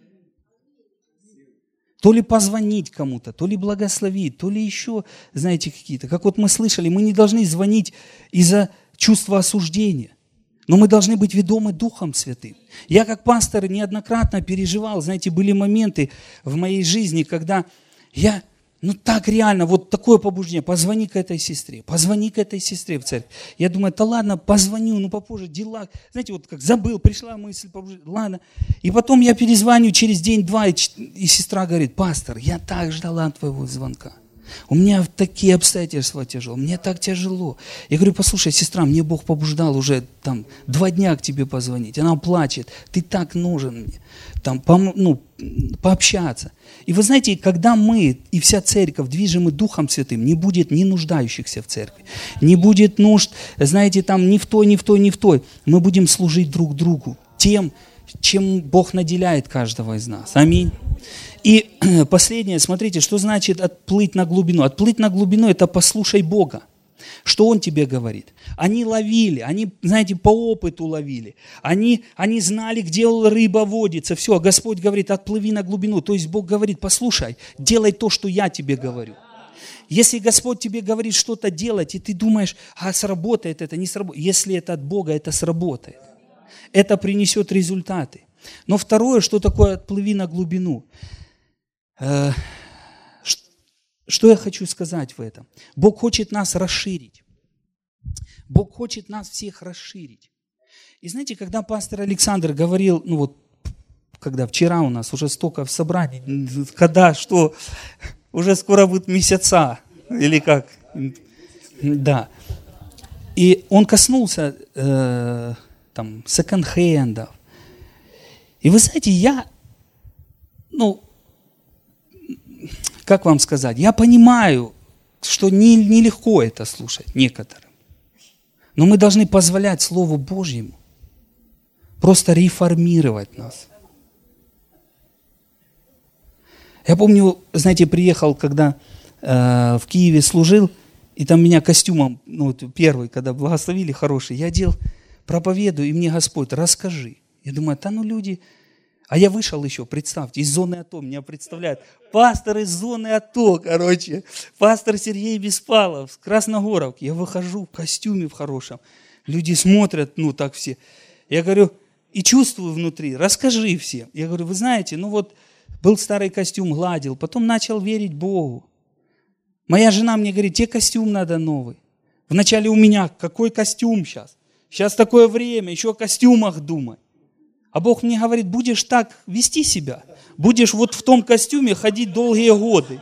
S1: То ли позвонить кому-то, то ли благословить, то ли еще, знаете, какие-то. Как мы слышали, мы не должны звонить из-за чувства осуждения. Но мы должны быть ведомы Духом Святым. Я как пастор неоднократно переживал, знаете, были моменты в моей жизни, когда я, так реально, такое побуждение, позвони к этой сестре в церковь. Я думаю, да ладно, позвоню, попозже, дела. Знаете, как забыл, пришла мысль, ладно. И потом я перезвоню через день-два, и сестра говорит, пастор, я так ждала твоего звонка. У меня такие обстоятельства тяжелые, мне так тяжело. Я говорю, послушай, сестра, мне Бог побуждал уже 2 дня к тебе позвонить. Она плачет, ты так нужен мне, пообщаться. И вы знаете, когда мы и вся церковь движимы Духом Святым, не будет ни нуждающихся в церкви, не будет нужд, знаете, ни в той. Мы будем служить друг другу тем, чем Бог наделяет каждого из нас. Аминь. И последнее, смотрите, что значит отплыть на глубину. Отплыть на глубину – это послушай Бога. Что Он тебе говорит? Они ловили, они, знаете, по опыту ловили. Они знали, где рыба водится. Все, Господь говорит, отплыви на глубину. То есть Бог говорит, послушай, делай то, что я тебе говорю. Если Господь тебе говорит что-то делать, и ты думаешь, сработает это, не сработает. Если это от Бога, это сработает. Это принесет результаты. Но второе, что такое отплыви на глубину? Что я хочу сказать в этом? Бог хочет нас расширить. Бог хочет нас всех расширить. И знаете, когда пастор Александр говорил, когда вчера у нас уже столько в собрании, что уже скоро будет месяца, или как? Да. И он коснулся секонд-хендов. И вы знаете, я, как вам сказать, я понимаю, что нелегко это слушать некоторым. Но мы должны позволять Слову Божьему просто реформировать нас. Я помню, знаете, приехал, когда в Киеве служил, и там меня костюмом, первый, когда благословили, хороший, я одел, проповедую, и мне Господь, расскажи. Я думаю, люди... А я вышел еще, представьте, из зоны АТО, меня представляют. Пастор из зоны АТО, пастор Сергей Беспалов с Красногоровки. Я выхожу в костюме в хорошем. Люди смотрят, так все. Я говорю, и чувствую внутри, расскажи всем. Я говорю, вы знаете, был старый костюм, гладил, потом начал верить Богу. Моя жена мне говорит, тебе костюм надо новый. Вначале у меня, какой костюм сейчас? Сейчас такое время, еще о костюмах думай. А Бог мне говорит, будешь так вести себя, будешь в том костюме ходить долгие годы.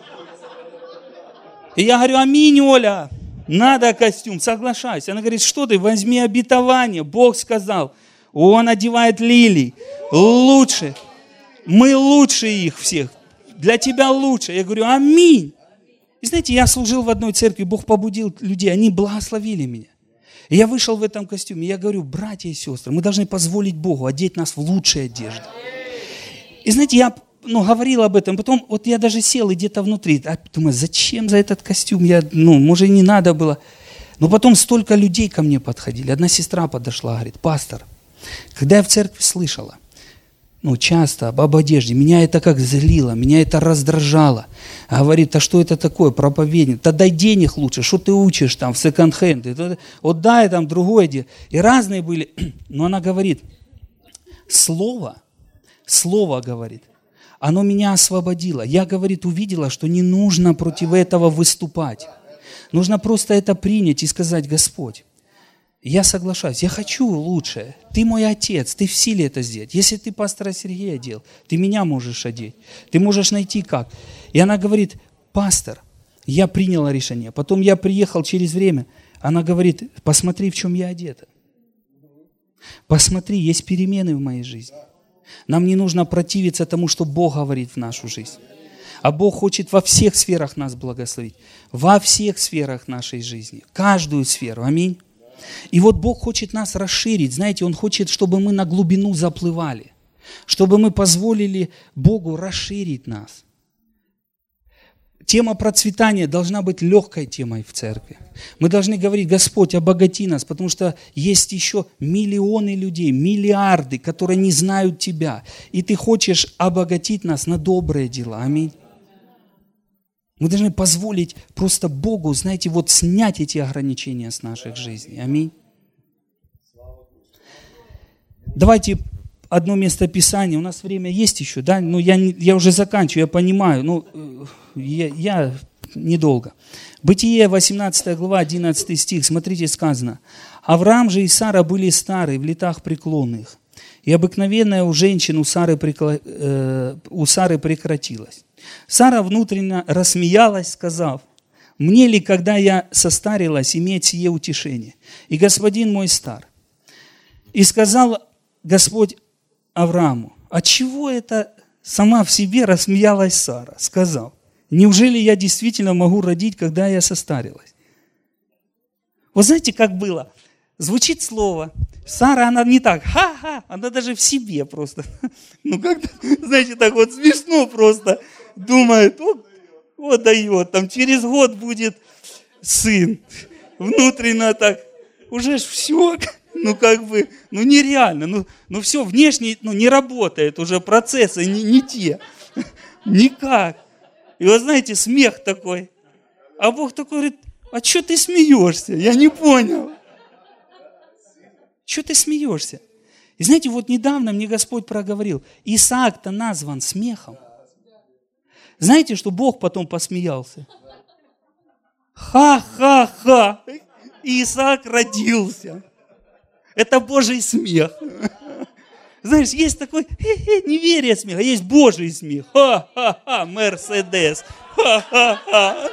S1: И я говорю, аминь, Оля, надо костюм, соглашайся. Она говорит, что ты, возьми обетование, Бог сказал, Он одевает лилий, лучше, мы лучше их всех, для тебя лучше. Я говорю, аминь. И знаете, я служил в одной церкви, Бог побудил людей, они благословили меня. И я вышел в этом костюме, я говорю, братья и сестры, мы должны позволить Богу одеть нас в лучшие одежды. И знаете, я говорил об этом, потом я даже сел и где-то внутри, думаю, зачем за этот костюм, может и не надо было. Но потом столько людей ко мне подходили. Одна сестра подошла, говорит, пастор, когда я в церкви слышала, часто об одежде, меня это как злило, меня это раздражало. Говорит, а что это такое, проповедник? Да дай денег лучше, что ты учишь в секонд-хенд? Дай другое. И разные были. Но она говорит, слово Слово, говорит, оно меня освободило. Я, говорит, увидела, что не нужно против этого выступать. Нужно просто это принять и сказать: Господь, я соглашаюсь, я хочу лучшее. Ты мой отец, ты в силе это сделать. Если ты пастора Сергея одел, ты меня можешь одеть. Ты можешь найти как. И она говорит: пастор, я приняла решение. Потом я приехал через время. Она говорит: посмотри, в чем я одета. Посмотри, есть перемены в моей жизни. Нам не нужно противиться тому, что Бог говорит в нашу жизнь. А Бог хочет во всех сферах нас благословить. Во всех сферах нашей жизни. Каждую сферу. Аминь. И вот Бог хочет нас расширить. Знаете, Он хочет, чтобы мы на глубину заплывали. Чтобы мы позволили Богу расширить нас. Тема процветания должна быть легкой темой в церкви. Мы должны говорить: Господь, обогати нас, потому что есть еще миллионы людей, миллиарды, которые не знают Тебя. И Ты хочешь обогатить нас на добрые дела. Аминь. Мы должны позволить просто Богу, знаете, вот снять эти ограничения с наших жизней. Аминь. Давайте одно место Писания. У нас время есть еще, да? Ну, я уже заканчиваю, я понимаю. Ну, я недолго. Бытие, 18 глава, 11 стих. Смотрите, сказано: Авраам же и Сара были стары, в летах преклонных, и обыкновенная у женщин у Сары прекратилась. Сара внутренне рассмеялась, сказав: мне ли, когда я состарилась, иметь сие утешение? И господин мой стар. И сказал Господь Аврааму: отчего это сама в себе рассмеялась Сара? Сказал: неужели я действительно могу родить, когда я состарилась? Вы знаете, как было? Звучит слово. Сара, она не так, ха-ха, она даже в себе просто. Ну, как-то, знаете, так вот смешно просто. Думает: вот дает, там через год будет сын. Внутренне так, уже ж все, ну как бы, ну нереально, ну все, внешне, ну не работает уже, процессы не те, никак. И вы знаете, смех такой. А Бог такой говорит: а что ты смеешься? Я не понял. Что ты смеешься? И знаете, вот недавно мне Господь проговорил: Исаак-то назван смехом. Знаете, что Бог потом посмеялся? Ха-ха-ха! Исаак родился. Это Божий смех. Знаешь, есть такой неверие смех, а есть Божий смех. Ха-ха-ха, Мерседес. Ха-ха-ха.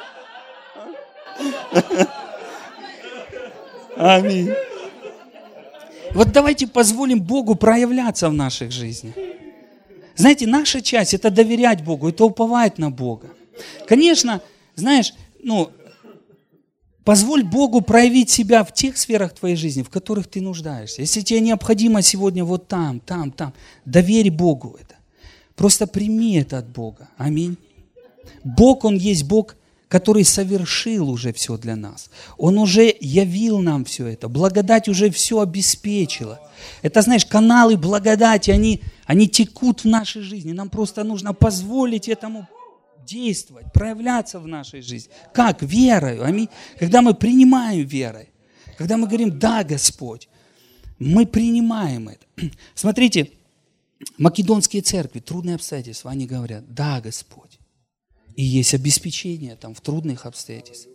S1: Аминь. Вот давайте позволим Богу проявляться в наших жизнях. Знаете, наша часть – это доверять Богу, это уповать на Бога. Конечно, знаешь, позволь Богу проявить себя в тех сферах твоей жизни, в которых ты нуждаешься. Если тебе необходимо сегодня вот там, доверь Богу это. Просто прими это от Бога. Аминь. Бог, Он есть Бог, который совершил уже все для нас. Он уже явил нам все это. Благодать уже все обеспечила. Это, знаешь, каналы благодати, они текут в нашей жизни. Нам просто нужно позволить этому действовать, проявляться в нашей жизни. Как? Верою. Аминь. Когда мы принимаем верой, когда мы говорим: да, Господь, мы принимаем это. Смотрите, македонские церкви, трудные обстоятельства, они говорят: да, Господь. И есть обеспечение там в трудных обстоятельствах.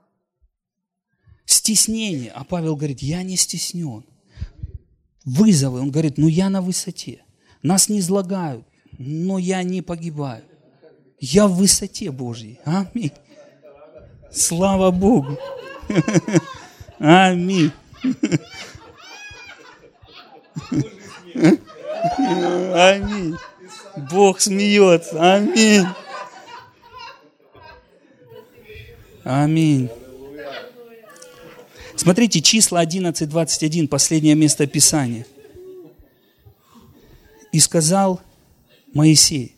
S1: Стеснение. А Павел говорит: я не стеснен. Вызовы. Он говорит: я на высоте. Нас не излагают, но я не погибаю. Я в высоте Божьей. Аминь. Слава Богу. Аминь. Аминь. Бог смеется. Аминь. Аминь. Смотрите, числа 11:21, последнее место Писания. И сказал Моисей: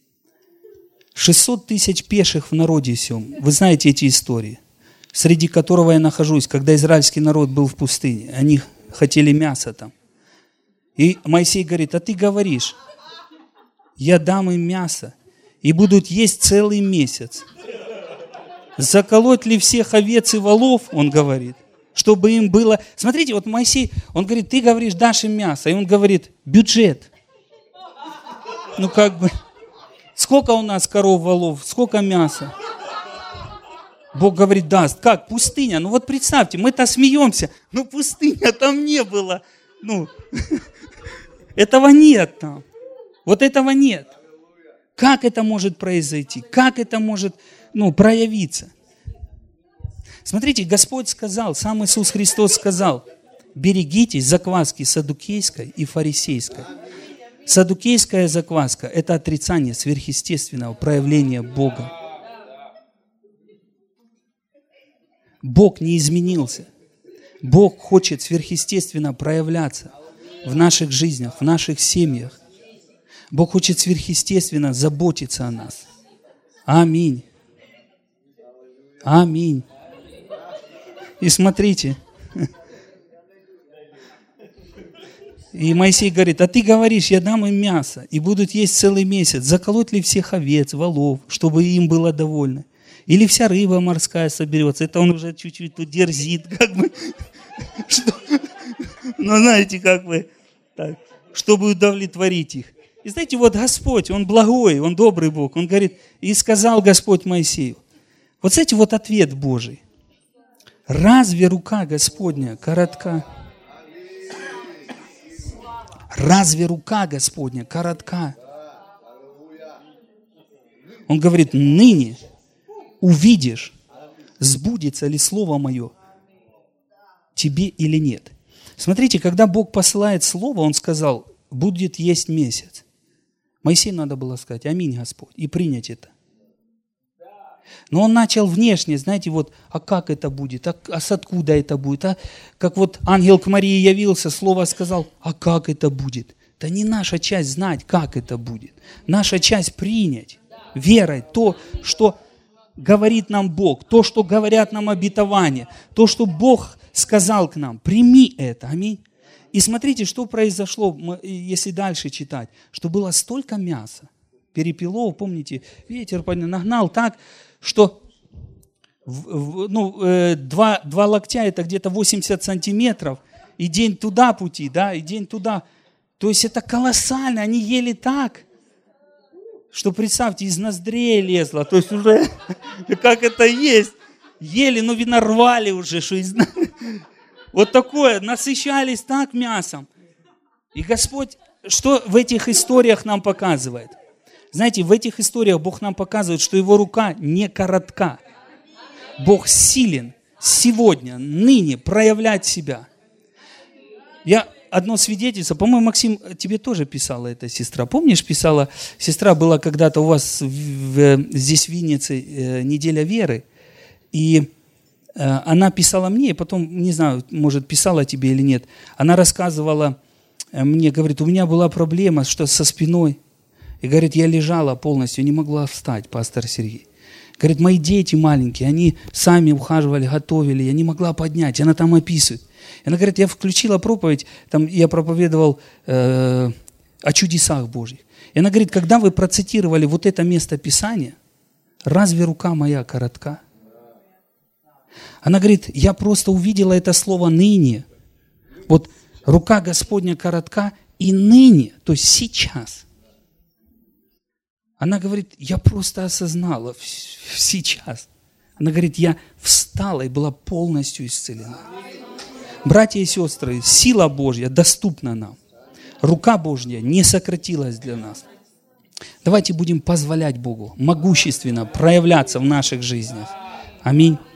S1: 600 тысяч пеших в народе сем. Вы знаете эти истории, среди которого я нахожусь, когда израильский народ был в пустыне. Они хотели мяса там. И Моисей говорит: а ты говоришь: я дам им мясо, и будут есть целый месяц. Заколоть ли всех овец и волов, он говорит, чтобы им было... Смотрите, вот Моисей, он говорит: ты говоришь, дашь им мясо. И он говорит: бюджет. Ну как бы, сколько у нас коров, волов, сколько мяса? Бог говорит, даст. Как? Пустыня. Ну вот представьте, мы-то смеемся, но пустыня там не было. Ну, этого нет там. Вот этого нет. Как это может произойти? Как это может, проявиться? Смотрите, Господь сказал, сам Иисус Христос сказал, берегитесь закваски саддукейской и фарисейской. Саддукейская закваска – это отрицание сверхъестественного проявления Бога. Бог не изменился. Бог хочет сверхъестественно проявляться в наших жизнях, в наших семьях. Бог хочет сверхъестественно заботиться о нас. Аминь. Аминь. И смотрите. И Моисей говорит, а ты говоришь, я дам им мясо, и будут есть целый месяц. Заколоть ли всех овец, волов, чтобы им было довольно? Или вся рыба морская соберется? Это он уже чуть-чуть тут дерзит, как бы. Ну, знаете, как бы, так, чтобы удовлетворить их. И знаете, вот Господь, Он благой, Он добрый Бог. Он говорит, и сказал Господь Моисею. Вот знаете, вот ответ Божий. Разве рука Господня коротка? Разве рука Господня коротка? Он говорит, ныне увидишь, сбудется ли слово мое тебе или нет. Смотрите, когда Бог посылает слово, Он сказал, будет есть месяц. Моисею надо было сказать, аминь, Господь, и принять это. Но он начал внешне, знаете, вот, а как это будет, а откуда это будет, а как вот ангел к Марии явился, слово сказал, а как это будет. Это не наша часть знать, как это будет. Наша часть принять верой то, что говорит нам Бог, то, что говорят нам обетования, то, что Бог сказал к нам. Прими это, аминь. И смотрите, что произошло, если дальше читать, что было столько мяса, перепелов, помните, ветер нагнал так, что 2 локтя это где-то 80 сантиметров, и день туда пути, да, и день туда. То есть это колоссально, они ели так, что, представьте, из ноздрей лезло, то есть уже, как это есть, ели, но видно рвали уже, что из... Вот такое, насыщались так мясом. И Господь, что в этих историях нам показывает? Знаете, в этих историях Бог нам показывает, что Его рука не коротка. Бог силен сегодня, ныне проявлять себя. Я одно свидетельство, по-моему, Максим, тебе тоже писала эта сестра. Помнишь, писала, сестра была когда-то у вас здесь в Виннице неделя веры, и она писала мне, и потом, не знаю, может, писала тебе или нет, она рассказывала мне, говорит, у меня была проблема что со спиной, и, говорит, я лежала полностью, не могла встать, пастор Сергей. Говорит, мои дети маленькие, они сами ухаживали, готовили, я не могла поднять, она там описывает. И она говорит, я включила проповедь, там я проповедовал о чудесах Божьих. И она говорит, когда вы процитировали вот это место Писания, разве рука моя коротка? Она говорит, я просто увидела это слово «ныне». Вот рука Господня коротка и ныне, то есть сейчас. Она говорит, я просто осознала сейчас. Она говорит, я встала и была полностью исцелена. Братья и сестры, сила Божья доступна нам. Рука Божья не сократилась для нас. Давайте будем позволять Богу могущественно проявляться в наших жизнях. Аминь.